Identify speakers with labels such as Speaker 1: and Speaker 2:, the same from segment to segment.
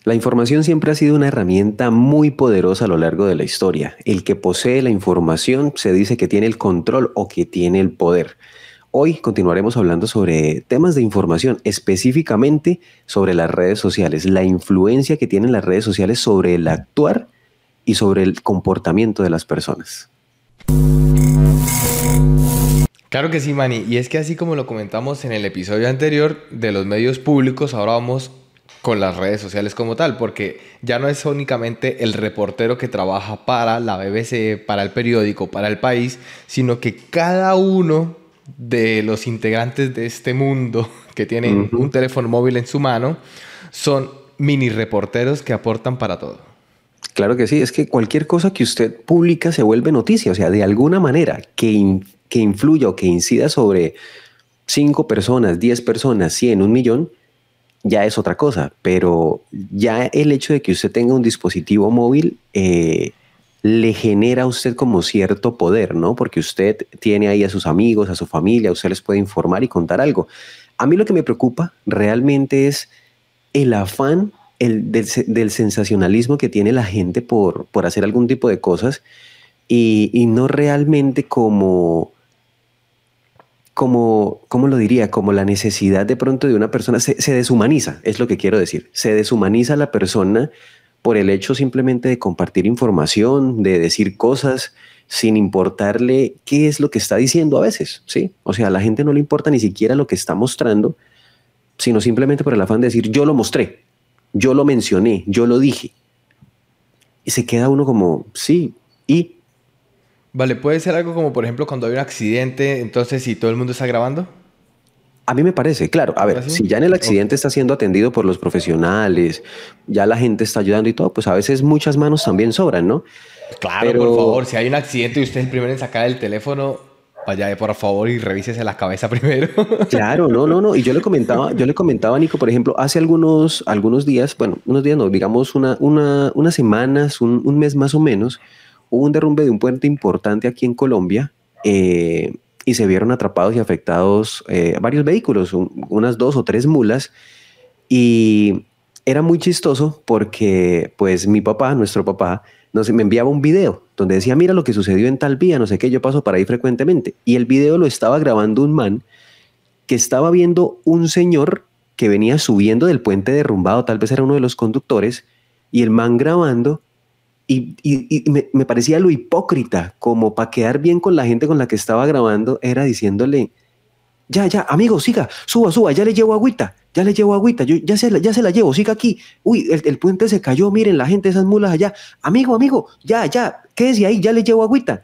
Speaker 1: La información siempre ha sido una herramienta muy poderosa a lo largo de la historia. El que posee la información se dice que tiene el control o que tiene el poder. Hoy continuaremos hablando sobre temas de información, específicamente sobre las redes sociales, la influencia que tienen las redes sociales sobre el actuar y sobre el comportamiento de las personas.
Speaker 2: Claro que sí, Manny. Y es que así como lo comentamos en el episodio anterior de los medios públicos, ahora vamos con las redes sociales como tal, porque ya no es únicamente el reportero que trabaja para la BBC, para el periódico, para el país, sino que cada uno de los integrantes de este mundo que tienen un
Speaker 1: Ujú.
Speaker 2: teléfono móvil en su mano son mini reporteros que aportan para todo.
Speaker 1: Claro que sí, es que cualquier cosa que usted publica se vuelve noticia, o sea, de alguna manera que influya o que incida sobre 5 personas, 10 personas, 100, 1 millón, ya es otra cosa, pero ya el hecho de que usted tenga un dispositivo móvil le genera a usted como cierto poder, ¿no? Porque usted tiene ahí a sus amigos, a su familia, usted les puede informar y contar algo. A mí lo que me preocupa realmente es el afán del sensacionalismo que tiene la gente por hacer algún tipo de cosas y no realmente ¿cómo lo diría? Como la necesidad de pronto de una persona se deshumaniza, es lo que quiero decir. Se deshumaniza la persona por el hecho simplemente de compartir información, de decir cosas sin importarle qué es lo que está diciendo a veces, ¿sí? O sea, a la gente no le importa ni siquiera lo que está mostrando, sino simplemente por el afán de decir, yo lo mostré, yo lo mencioné, yo lo dije. Y se queda uno como, sí, y
Speaker 2: Vale, puede ser algo como, por ejemplo, cuando hay un accidente, entonces si todo el mundo está grabando,
Speaker 1: a mí me parece, claro, a
Speaker 2: algo
Speaker 1: ver,
Speaker 2: así.
Speaker 1: si ya en el
Speaker 2: Ok.
Speaker 1: accidente está siendo atendido por los profesionales, ya la gente está ayudando y todo, pues a veces muchas manos también sobran, ¿no?
Speaker 2: Claro, por
Speaker 1: Pero
Speaker 2: favor, si hay un accidente y usted es el primero en sacar el teléfono, vaya por favor y revísese la cabeza primero.
Speaker 1: claro, no, no, no. Y yo le comentaba a Nico, por ejemplo, hace algunos días, bueno, unos días no, digamos unas semanas, un mes más o menos, hubo un derrumbe de un puente importante aquí en Colombia y se vieron atrapados y afectados varios vehículos, unas 2 o 3 mulas. Y era muy chistoso porque, pues, mi papá, nuestro papá, me enviaba un video donde decía, mira lo que sucedió en tal vía, no sé qué, yo paso para ahí frecuentemente. Y el video lo estaba grabando un man que estaba viendo un señor que venía subiendo del puente derrumbado, tal vez era uno de los conductores, y el man grabando, y me parecía lo hipócrita, como para quedar bien con la gente con la que estaba grabando, era diciéndole, ya, ya, amigo, siga, suba, suba, ya le llevo agüita, yo ya se la llevo, siga aquí. Uy, el puente se cayó, miren la gente, esas mulas allá. Amigo, ya, ya, quédese ahí, ya le llevo agüita.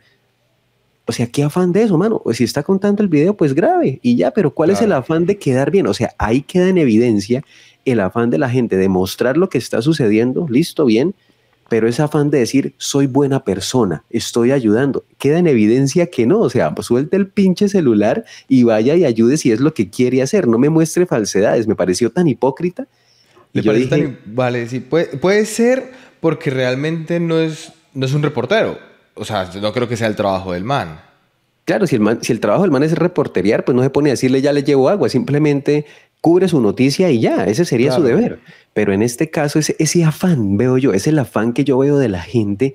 Speaker 1: O sea, ¿qué afán de eso, mano? Pues si está contando el video, pues grave y ya, pero ¿cuál es el
Speaker 2: Claro.
Speaker 1: afán de quedar bien? O sea, ahí queda en evidencia el afán de la gente de mostrar lo que está sucediendo, listo, bien, pero ese afán de decir, soy buena persona, estoy ayudando, queda en evidencia que no, o sea, pues suelte el pinche celular y vaya y ayude si es lo que quiere hacer, no me muestre falsedades, me pareció tan hipócrita y
Speaker 2: ¿Le
Speaker 1: yo
Speaker 2: parece
Speaker 1: dije,
Speaker 2: tan... Vale, sí, puede ser porque realmente no es un reportero. O sea, no creo que sea el trabajo del man.
Speaker 1: claro, si el trabajo del man es reporteriar, pues no se pone a decirle ya le llevo agua, simplemente cubre su noticia y ya, ese sería su
Speaker 2: Claro.
Speaker 1: deber. Pero en este caso, ese afán, veo yo, es el afán que yo veo de la gente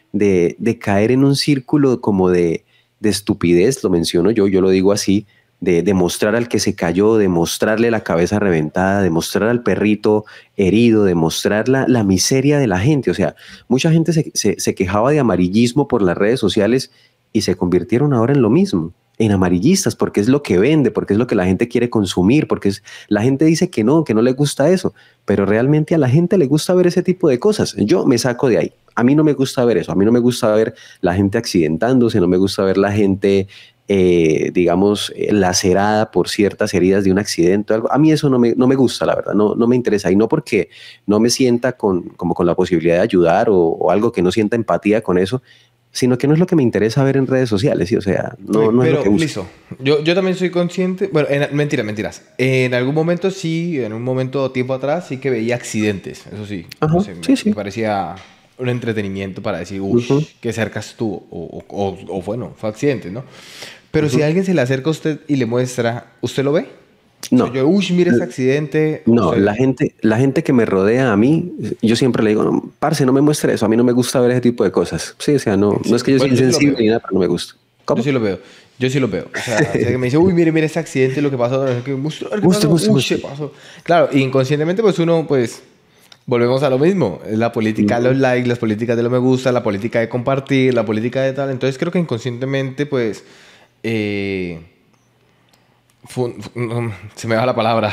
Speaker 1: de caer en un círculo como de estupidez, lo menciono yo lo digo así, de mostrar al que se cayó, de mostrarle la cabeza reventada, de mostrar al perrito herido, de mostrar la miseria de la gente. O sea, mucha gente se quejaba de amarillismo por las redes sociales y se convirtieron ahora en lo mismo, en amarillistas, porque es lo que vende, porque es lo que la gente quiere consumir, la gente dice que no le gusta eso, pero realmente a la gente le gusta ver ese tipo de cosas. Yo me saco de ahí. A mí no me gusta ver eso, a mí no me gusta ver la gente accidentándose, no me gusta ver la gente, digamos, lacerada por ciertas heridas de un accidente o algo. A mí eso no me gusta, la verdad, no me interesa. Y no porque no me sienta como con la posibilidad de ayudar o algo que no sienta empatía con eso, sino que no es lo que me interesa ver en redes sociales, ¿sí? O sea,
Speaker 2: Ok,
Speaker 1: no es lo que
Speaker 2: pero
Speaker 1: busco.
Speaker 2: listo. Yo también soy consciente. Bueno, mentiras. En algún momento sí, en un momento tiempo atrás, sí que veía accidentes. Eso sí, no
Speaker 1: Ajá,
Speaker 2: sé,
Speaker 1: sí,
Speaker 2: me
Speaker 1: sí.
Speaker 2: parecía un entretenimiento para decir, uff,
Speaker 1: Ujú,
Speaker 2: qué cerca estuvo. O bueno, fue accidente, ¿no? Pero si
Speaker 1: ujú.
Speaker 2: alguien se le acerca a usted y le muestra, ¿usted lo ve? O sea,
Speaker 1: No,
Speaker 2: yo, uy, mira ese accidente.
Speaker 1: no,
Speaker 2: Usted,
Speaker 1: la gente que me rodea a mí, yo siempre le digo, no, parce, no me muestre eso, a mí no me gusta ver ese tipo de cosas. Sí, o sea, no es
Speaker 2: sí,
Speaker 1: que yo soy
Speaker 2: bueno, yo sí lo
Speaker 1: insensible
Speaker 2: veo.
Speaker 1: ni nada, pero no me gusta.
Speaker 2: Yo
Speaker 1: ¿Cómo?
Speaker 2: sí lo veo. Yo sí lo veo. O sea, que me dice, uy, mire, mire ese accidente, lo que pasó, que mostrar qué
Speaker 1: Muestre,
Speaker 2: pasó,
Speaker 1: muestre,
Speaker 2: uy, se
Speaker 1: muestre.
Speaker 2: pasó. Claro, y inconscientemente, pues uno, pues, volvemos a lo mismo. Es la política de los
Speaker 1: Ujú.
Speaker 2: likes, las políticas de lo me gusta, la política de compartir, la política de tal. Entonces creo que inconscientemente, pues, eh, se me va la palabra.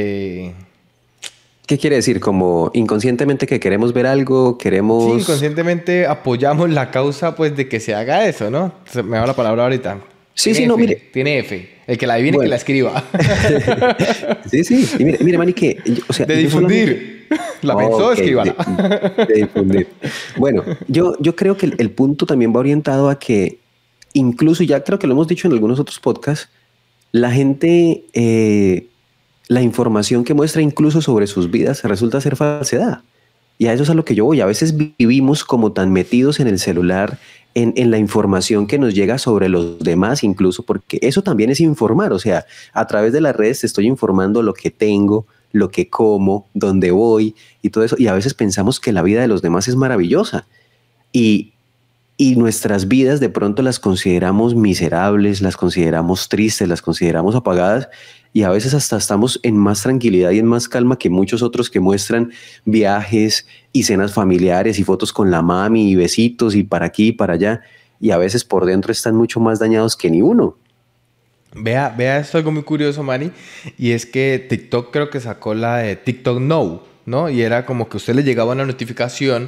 Speaker 1: ¿Qué quiere decir? Como inconscientemente que queremos ver algo,
Speaker 2: Sí,
Speaker 1: queremos...
Speaker 2: inconscientemente apoyamos la causa, pues, de que se haga eso, ¿no? Se me va la palabra ahorita.
Speaker 1: Sí, sí, no, mire,
Speaker 2: Tiene F. El que la adivine, que
Speaker 1: bueno.
Speaker 2: la escriba.
Speaker 1: Sí, sí, y mire, Manny, que, o sea,
Speaker 2: De
Speaker 1: yo solamente...
Speaker 2: difundir. La pensó,
Speaker 1: Ok,
Speaker 2: escríbala.
Speaker 1: de difundir. Bueno, yo creo que el punto también va orientado a que incluso, ya creo que lo hemos dicho en algunos otros podcasts, la gente, la información que muestra incluso sobre sus vidas resulta ser falsedad. Y a eso es a lo que yo voy. A veces vivimos como tan metidos en el celular, en la información que nos llega sobre los demás, incluso, porque eso también es informar. O sea, a través de las redes te estoy informando lo que tengo, lo que como, dónde voy y todo eso. Y a veces pensamos que la vida de los demás es maravillosa. Y, y nuestras vidas de pronto las consideramos miserables, las consideramos tristes, las consideramos apagadas y a veces hasta estamos en más tranquilidad y en más calma que muchos otros que muestran viajes y cenas familiares y fotos con la mami y besitos y para aquí y para allá y a veces por dentro están mucho más dañados que ni uno.
Speaker 2: Vea esto algo muy curioso, Mari. Y es que TikTok creo que sacó la de TikTok No, ¿no? Y era como que a usted le llegaba una notificación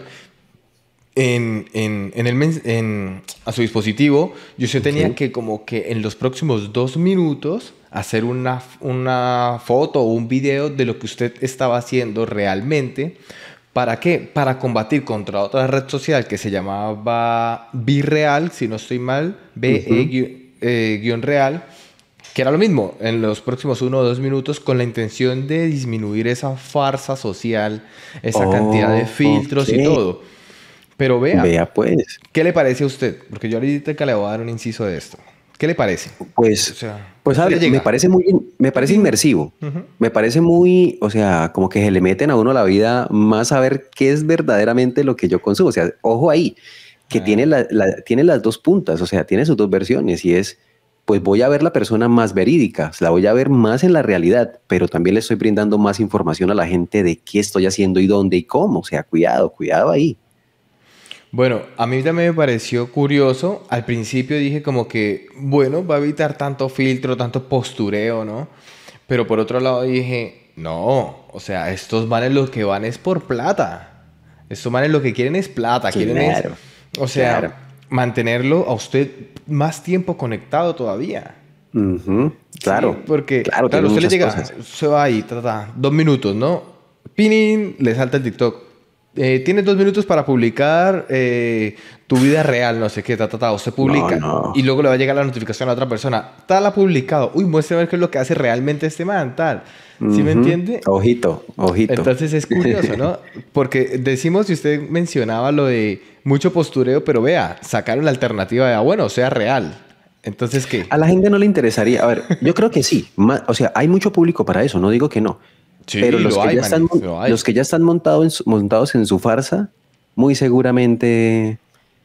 Speaker 2: a su dispositivo y usted tenía
Speaker 1: Okay.
Speaker 2: que como que en los próximos 2 minutos hacer una foto o un video de lo que usted estaba haciendo realmente. ¿Para qué? Para combatir contra otra red social que se llamaba Virreal, si no estoy mal,
Speaker 1: Ujú.
Speaker 2: guión real, que era lo mismo, en los próximos 1 o 2 minutos, con la intención de disminuir esa farsa social, esa cantidad de
Speaker 1: Ok.
Speaker 2: filtros y todo. Pero vea,
Speaker 1: Vea pues.
Speaker 2: ¿qué le parece a usted? Porque yo ahorita le voy a dar un inciso de esto. ¿Qué le parece? O
Speaker 1: Pues,
Speaker 2: sea,
Speaker 1: pues a
Speaker 2: usted le
Speaker 1: ver, me
Speaker 2: llega.
Speaker 1: parece muy, me parece
Speaker 2: Tutín.
Speaker 1: inmersivo.
Speaker 2: Ujú.
Speaker 1: Me parece muy, o sea, como que se le meten a uno la vida más a ver qué es verdaderamente lo que yo consumo. O sea, ojo ahí, que tiene,
Speaker 2: Ah.
Speaker 1: tiene las dos puntas, o sea, tiene sus dos versiones y es, pues voy a ver la persona más verídica, la voy a ver más en la realidad, pero también le estoy brindando más información a la gente de qué estoy haciendo y dónde y cómo. O sea, cuidado, cuidado ahí.
Speaker 2: Bueno, a mí también me pareció curioso. Al principio dije como que, bueno, va a evitar tanto filtro, tanto postureo, ¿no? Pero por otro lado dije, no, o sea, estos manes lo que van es por plata. Estos manes lo que quieren es plata, quieren es,
Speaker 1: Claro,
Speaker 2: o
Speaker 1: claro.
Speaker 2: sea, mantenerlo a usted más tiempo conectado todavía.
Speaker 1: Ujú,
Speaker 2: Sí,
Speaker 1: claro,
Speaker 2: porque,
Speaker 1: claro,
Speaker 2: claro,
Speaker 1: tiene
Speaker 2: usted le
Speaker 1: muchas
Speaker 2: llega,
Speaker 1: cosas.
Speaker 2: se va ahí, 2 minutos, ¿no? Pinin, le salta el TikTok. Tienes 2 minutos para publicar tu vida real, no sé qué, usted
Speaker 1: No,
Speaker 2: publica
Speaker 1: no.
Speaker 2: y luego le va a llegar la notificación a otra persona. Tal ha publicado. Uy, muéstrame qué es lo que hace realmente este man, tal. ¿Sí me
Speaker 1: Ujú.
Speaker 2: entiende?
Speaker 1: Ojito, ojito.
Speaker 2: Entonces es curioso, ¿no? Porque decimos, y usted mencionaba lo de mucho postureo, pero vea, sacaron la alternativa de, bueno, sea real. Entonces, ¿qué?
Speaker 1: A la gente no le interesaría. A ver, yo creo que sí. O sea, hay mucho público para eso, no digo que no. Pero
Speaker 2: Sí, lo hay, man, lo hay.
Speaker 1: los que ya están montados en su farsa, muy seguramente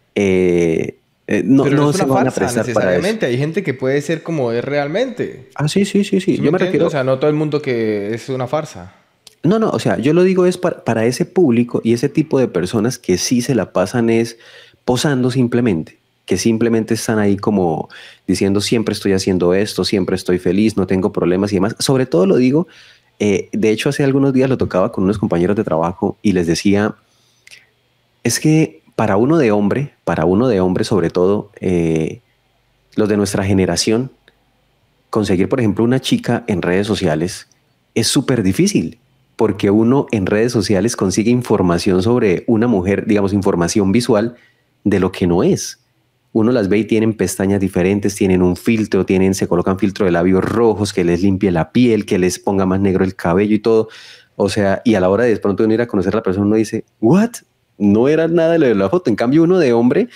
Speaker 2: Pero no
Speaker 1: no
Speaker 2: es
Speaker 1: se
Speaker 2: una
Speaker 1: van a
Speaker 2: farsa
Speaker 1: prestar para eso.
Speaker 2: necesariamente. Hay gente que puede ser como es realmente.
Speaker 1: Ah, sí, sí, sí, sí.
Speaker 2: ¿Sí me
Speaker 1: Yo me
Speaker 2: entiendes? O
Speaker 1: refiero.
Speaker 2: sea, no todo el mundo que es una farsa.
Speaker 1: No, no, o sea, yo lo digo es para ese público y ese tipo de personas que sí se la pasan es posando simplemente, que simplemente están ahí como diciendo siempre estoy haciendo esto, siempre estoy feliz, no tengo problemas y demás. Sobre todo lo digo, de hecho hace algunos días lo tocaba con unos compañeros de trabajo y les decía, es que para uno de hombre sobre todo, los de nuestra generación, conseguir, por ejemplo, una chica en redes sociales es súper difícil, porque uno en redes sociales consigue información sobre una mujer, digamos, información visual de lo que no es. Uno las ve y tienen pestañas diferentes, tienen un filtro, se colocan filtro de labios rojos que les limpie la piel, que les ponga más negro el cabello y todo. O sea, y a la hora de pronto uno ir a conocer a la persona, uno dice, ¿what? No era nada de lo de la foto. En cambio, uno de hombre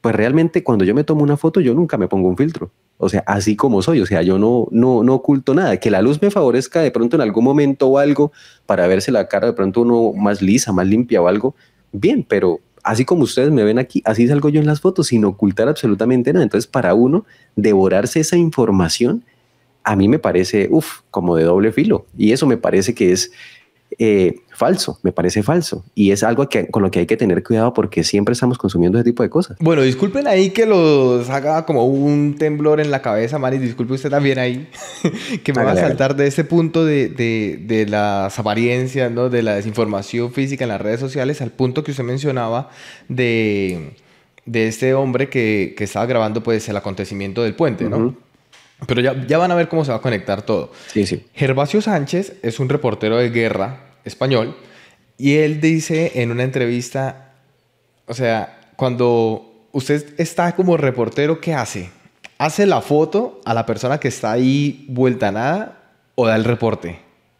Speaker 1: pues realmente cuando yo me tomo una foto, yo nunca me pongo un filtro. O sea, así como soy, o sea, yo no oculto nada. Que la luz me favorezca de pronto en algún momento o algo para verse la cara de pronto uno más lisa, más limpia o algo, bien, pero así como ustedes me ven aquí, así salgo yo en las fotos sin ocultar absolutamente nada. Entonces, para uno devorarse esa información, a mí me parece, como de doble filo. Y eso me parece que es falso, me parece falso. Y es algo con lo que hay que tener cuidado porque siempre estamos consumiendo ese tipo de cosas.
Speaker 2: Bueno, disculpen ahí que los haga como un temblor en la cabeza, Manny. Disculpe usted también ahí que me va a saltar de ese punto de las apariencias, ¿no? De la desinformación física en las redes sociales al punto que usted mencionaba de este hombre que estaba grabando pues el acontecimiento del puente, ¿no? Pero ya van a ver cómo se va a conectar todo.
Speaker 1: Sí, sí.
Speaker 2: Gervasio Sánchez es un reportero de guerra español y él dice en una entrevista, o sea, cuando usted está como reportero, ¿qué hace? ¿Hace la foto a la persona que está ahí vuelta a nada o da el reporte?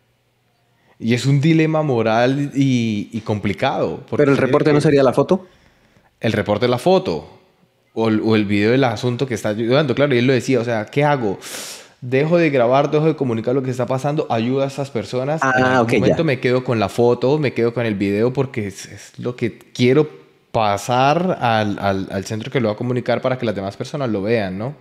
Speaker 2: Y es un dilema moral y complicado.
Speaker 1: ¿Pero el reporte no sería la foto?
Speaker 2: El reporte es la foto. O el video del asunto que está ayudando, claro, y él lo decía, o sea, ¿qué hago? Dejo de grabar, dejo de comunicar lo que está pasando, ayudo a estas personas, en algún momento me quedo con la foto, me quedo con el video porque es lo que quiero pasar al centro que lo va a comunicar para que las demás personas lo vean, ¿no?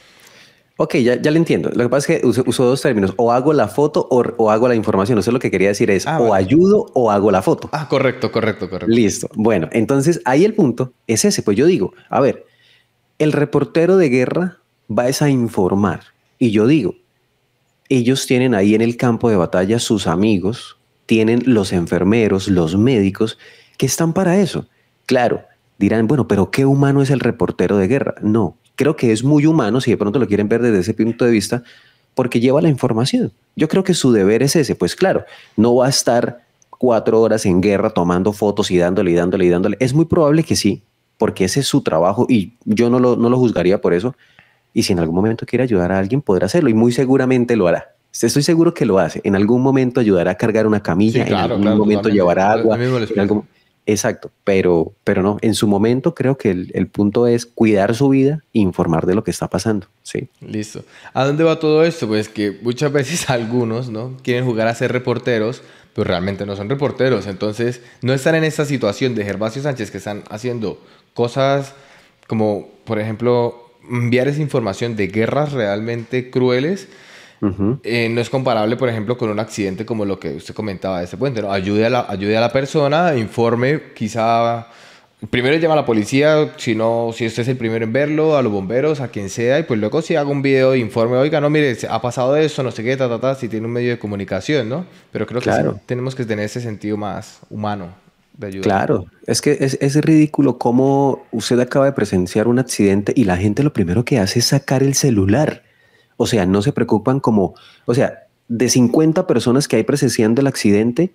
Speaker 1: Ok, ya le entiendo. Lo que pasa es que uso dos términos, o hago la foto o hago la información. Eso es lo que quería decir es, o ayudo o hago la foto.
Speaker 2: Correcto.
Speaker 1: Listo. Bueno, entonces ahí el punto es ese. Pues yo digo, a ver, el reportero de guerra va a informar. Y yo digo, ellos tienen ahí en el campo de batalla sus amigos, tienen los enfermeros, los médicos, que están para eso. Claro, dirán, bueno, pero ¿qué humano es el reportero de guerra? No, creo que es muy humano, si de pronto lo quieren ver desde ese punto de vista, porque lleva la información. Yo creo que su deber es ese. Pues claro, no va a estar 4 horas en guerra tomando fotos y dándole. Es muy probable que sí, porque ese es su trabajo y yo no lo juzgaría por eso. Y si en algún momento quiere ayudar a alguien, podrá hacerlo y muy seguramente lo hará. Estoy seguro que lo hace. En algún momento ayudará a cargar una camilla, sí, claro, en algún momento llevará agua. Exacto, pero no, en su momento creo que el punto es cuidar su vida e informar de lo que está pasando. Sí.
Speaker 2: Listo. ¿A dónde va todo esto? Pues que muchas veces algunos, ¿no?, quieren jugar a ser reporteros, pero realmente no son reporteros. Entonces, no están en esta situación de Gervasio Sánchez que están haciendo cosas como, por ejemplo, enviar esa información de guerras realmente crueles. No es comparable, por ejemplo, con un accidente como lo que usted comentaba de este puente, ¿no? Ayude a la persona, informe, quizá primero llama a la policía, si usted es el primero en verlo, a los bomberos, a quien sea, y pues luego si haga un video de informe, oiga, no, mire, ha pasado esto, no sé qué, si tiene un medio de comunicación, ¿no? Pero creo que sí, tenemos que tener ese sentido más humano de ayuda.
Speaker 1: Claro, es que es ridículo cómo usted acaba de presenciar un accidente y la gente lo primero que hace es sacar el celular. O sea, no se preocupan de 50 personas que hay presenciando el accidente,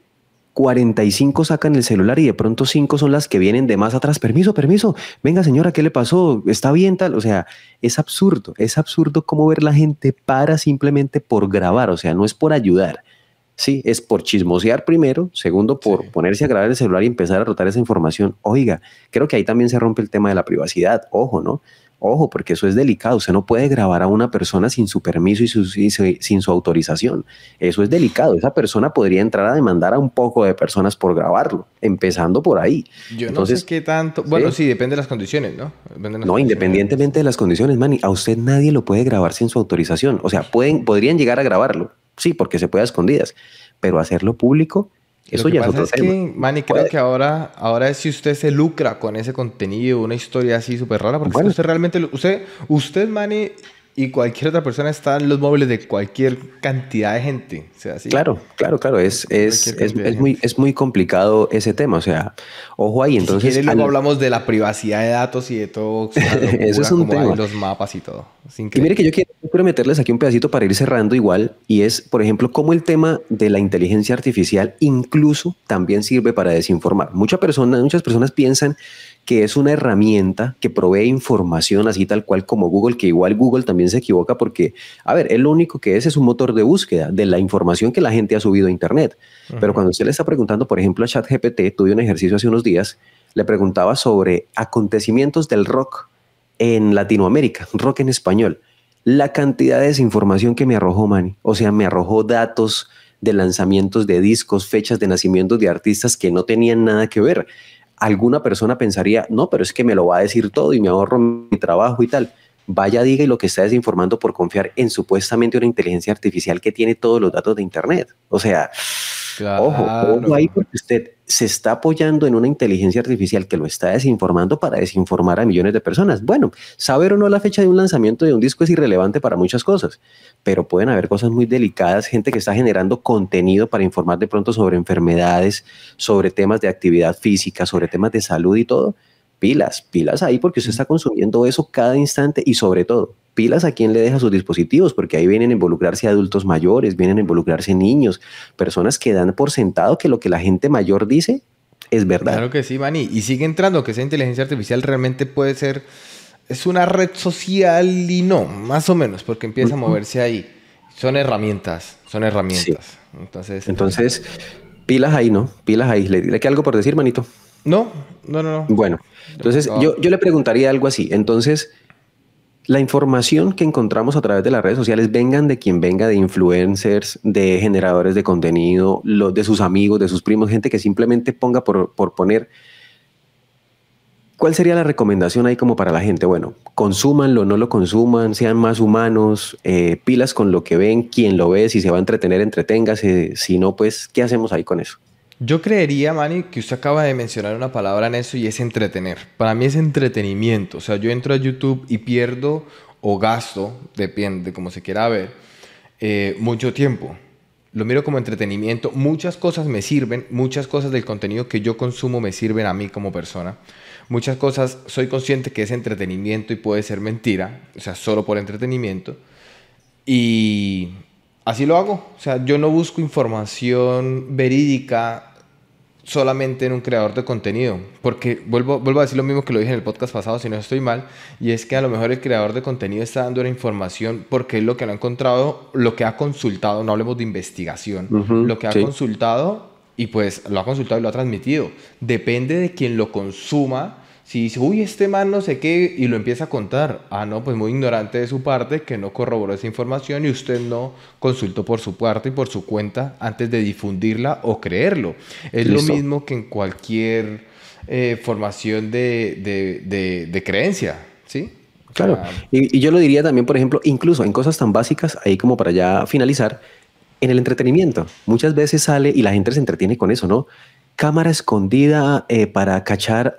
Speaker 1: 45 sacan el celular y de pronto 5 son las que vienen de más atrás. Permiso, venga señora, ¿qué le pasó? ¿Está bien tal? O sea, es absurdo cómo ver la gente para simplemente por grabar, o sea, no es por ayudar. Sí, es por chismosear primero, segundo por ponerse a grabar el celular y empezar a rotar esa información. Oiga, creo que ahí también se rompe el tema de la privacidad, ojo, ¿no? Ojo, porque eso es delicado. Usted no puede grabar a una persona sin su permiso y sin su autorización. Eso es delicado. Esa persona podría entrar a demandar a un poco de personas por grabarlo, empezando por ahí.
Speaker 2: Entonces, no sé qué tanto... Bueno, sí, depende de las condiciones, ¿no?
Speaker 1: Independientemente de las condiciones, Manny, a usted nadie lo puede grabar sin su autorización. O sea, podrían llegar a grabarlo, sí, porque se puede a escondidas, pero hacerlo público... Eso ya es otro tema.
Speaker 2: Que, Manny, creo que ahora es si usted se lucra con ese contenido, una historia así súper rara, porque usted realmente, usted, Manny, y cualquier otra persona está en los móviles de cualquier cantidad de gente. O sea, ¿sí?
Speaker 1: Claro. Es muy complicado ese tema. O sea, ojo ahí. Entonces,
Speaker 2: si luego hablamos de la privacidad de datos y de todo.
Speaker 1: Eso es un tema.
Speaker 2: Los mapas y todo.
Speaker 1: Y mire que yo quiero meterles aquí un pedacito para ir cerrando igual. Y es, por ejemplo, cómo el tema de la inteligencia artificial incluso también sirve para desinformar. Muchas personas piensan que es una herramienta que provee información así tal cual como Google, que igual Google también se equivoca porque, a ver, él lo único que es un motor de búsqueda de la información que la gente ha subido a Internet. Pero cuando usted le está preguntando, por ejemplo, a ChatGPT, tuve un ejercicio hace unos días, le preguntaba sobre acontecimientos del rock en Latinoamérica, rock en español. La cantidad de desinformación que me arrojó, Manny. O sea, me arrojó datos de lanzamientos de discos, fechas de nacimientos de artistas que no tenían nada que ver. Alguna persona pensaría, no, pero es que me lo va a decir todo y me ahorro mi trabajo y tal. Vaya, diga y lo que está desinformando por confiar en supuestamente una inteligencia artificial que tiene todos los datos de Internet. O sea, ojo ahí porque usted se está apoyando en una inteligencia artificial que lo está desinformando para desinformar a millones de personas. Bueno, saber o no la fecha de un lanzamiento de un disco es irrelevante para muchas cosas, pero pueden haber cosas muy delicadas, gente que está generando contenido para informar de pronto sobre enfermedades, sobre temas de actividad física, sobre temas de salud y todo. Pilas ahí porque usted está consumiendo eso cada instante y sobre todo, pilas a quien le deja sus dispositivos porque ahí vienen a involucrarse adultos mayores, vienen a involucrarse niños, personas que dan por sentado que lo que la gente mayor dice es verdad.
Speaker 2: Claro que sí, Manny. Y sigue entrando que esa inteligencia artificial realmente puede ser, es una red social y no, más o menos, porque empieza a moverse ahí. Son herramientas. Sí.
Speaker 1: Entonces, pilas ahí, ¿no? Pilas ahí. ¿Le queda algo por decir, manito?
Speaker 2: No.
Speaker 1: Bueno, entonces yo le preguntaría algo así. Entonces, la información que encontramos a través de las redes sociales, vengan de quien venga, de influencers, de generadores de contenido, de sus amigos, de sus primos, gente que simplemente ponga por poner. ¿Cuál sería la recomendación ahí como para la gente? Bueno, consúmanlo, no lo consuman, sean más humanos, pilas con lo que ven, quien lo ve, si se va a entretener, entreténgase, si no, pues, ¿qué hacemos ahí con eso?
Speaker 2: Yo creería, Manny, que usted acaba de mencionar una palabra en eso y es entretener. Para mí es entretenimiento. O sea, yo entro a YouTube y pierdo o gasto, depende de cómo se quiera ver, mucho tiempo. Lo miro como entretenimiento. Muchas cosas me sirven, muchas cosas del contenido que yo consumo me sirven a mí como persona. Muchas cosas soy consciente que es entretenimiento y puede ser mentira, o sea, solo por entretenimiento. Y así lo hago. O sea, yo no busco información verídica solamente en un creador de contenido, porque vuelvo a decir lo mismo que lo dije en el podcast pasado, si no estoy mal, y es que a lo mejor el creador de contenido está dando la información porque es lo que lo ha encontrado, lo que ha consultado, no hablemos de investigación, lo que ha consultado y pues lo ha consultado y lo ha transmitido. Depende de quien lo consuma. Si dice, uy, este man no sé qué, y lo empieza a contar. Ah, no, pues muy ignorante de su parte, que no corroboró esa información y usted no consultó por su parte y por su cuenta antes de difundirla o creerlo. Es lo mismo que en cualquier formación de creencia, ¿sí?
Speaker 1: Claro, y yo lo diría también, por ejemplo, incluso en cosas tan básicas, ahí como para ya finalizar, en el entretenimiento. Muchas veces sale y la gente se entretiene con eso, ¿no? Cámara escondida para cachar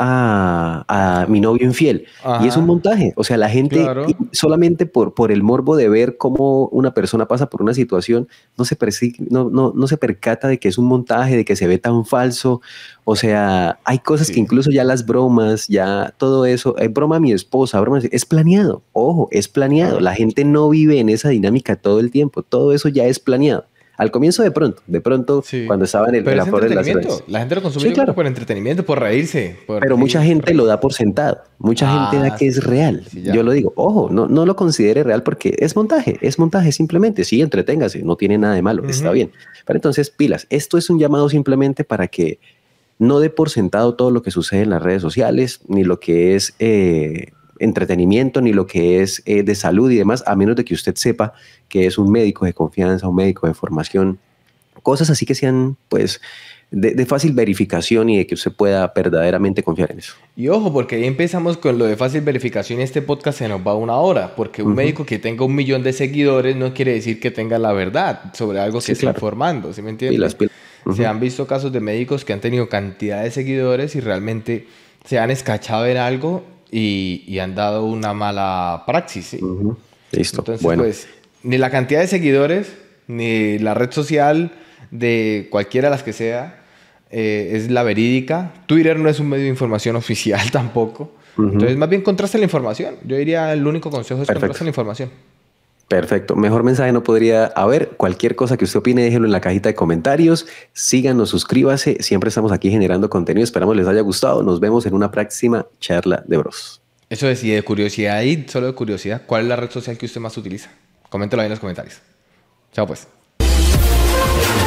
Speaker 1: a mi novio infiel. Ajá. Y es un montaje. O sea, la gente solamente por el morbo de ver cómo una persona pasa por una situación, no se percata de que es un montaje, de que se ve tan falso. O sea, hay cosas que incluso ya las bromas, ya todo eso, broma a mi esposa, es planeado. Ojo, es planeado. La gente no vive en esa dinámica todo el tiempo. Todo eso ya es planeado. Al comienzo de pronto, cuando estaba en la flor de las redes.
Speaker 2: La gente lo consume por entretenimiento, por reírse.
Speaker 1: Pero mucha gente lo da por sentado. Mucha gente da que es real. Sí, yo lo digo, ojo, no lo considere real porque es montaje simplemente. Sí, entreténgase, no tiene nada de malo, está bien. Pero entonces, pilas, esto es un llamado simplemente para que no dé por sentado todo lo que sucede en las redes sociales, ni lo que es entretenimiento, ni lo que es de salud y demás, a menos de que usted sepa que es un médico de confianza, un médico de formación, cosas así que sean pues de fácil verificación y de que usted pueda verdaderamente confiar en eso.
Speaker 2: Y ojo, porque ahí empezamos con lo de fácil verificación y este podcast se nos va 1 hora, porque un médico que tenga 1 millón de seguidores no quiere decir que tenga la verdad sobre algo que está informando, ¿sí me entiendes? Pilas. Se han visto casos de médicos que han tenido cantidad de seguidores y realmente se han escachado en algo y han dado una mala praxis, ¿sí?
Speaker 1: Listo.
Speaker 2: Entonces, pues, ni la cantidad de seguidores, ni la red social de cualquiera de las que sea, es la verídica. Twitter no es un medio de información oficial tampoco. Entonces, más bien contrasta la información. Yo diría, el único consejo es contrasta la información.
Speaker 1: Perfecto. Mejor mensaje no podría haber. Cualquier cosa que usted opine, déjelo en la cajita de comentarios. Síganos, suscríbase. Siempre estamos aquí generando contenido. Esperamos les haya gustado. Nos vemos en una próxima charla de bros.
Speaker 2: Eso es, y de curiosidad y solo de curiosidad, ¿cuál es la red social que usted más utiliza? Coméntelo ahí en los comentarios. Chao pues.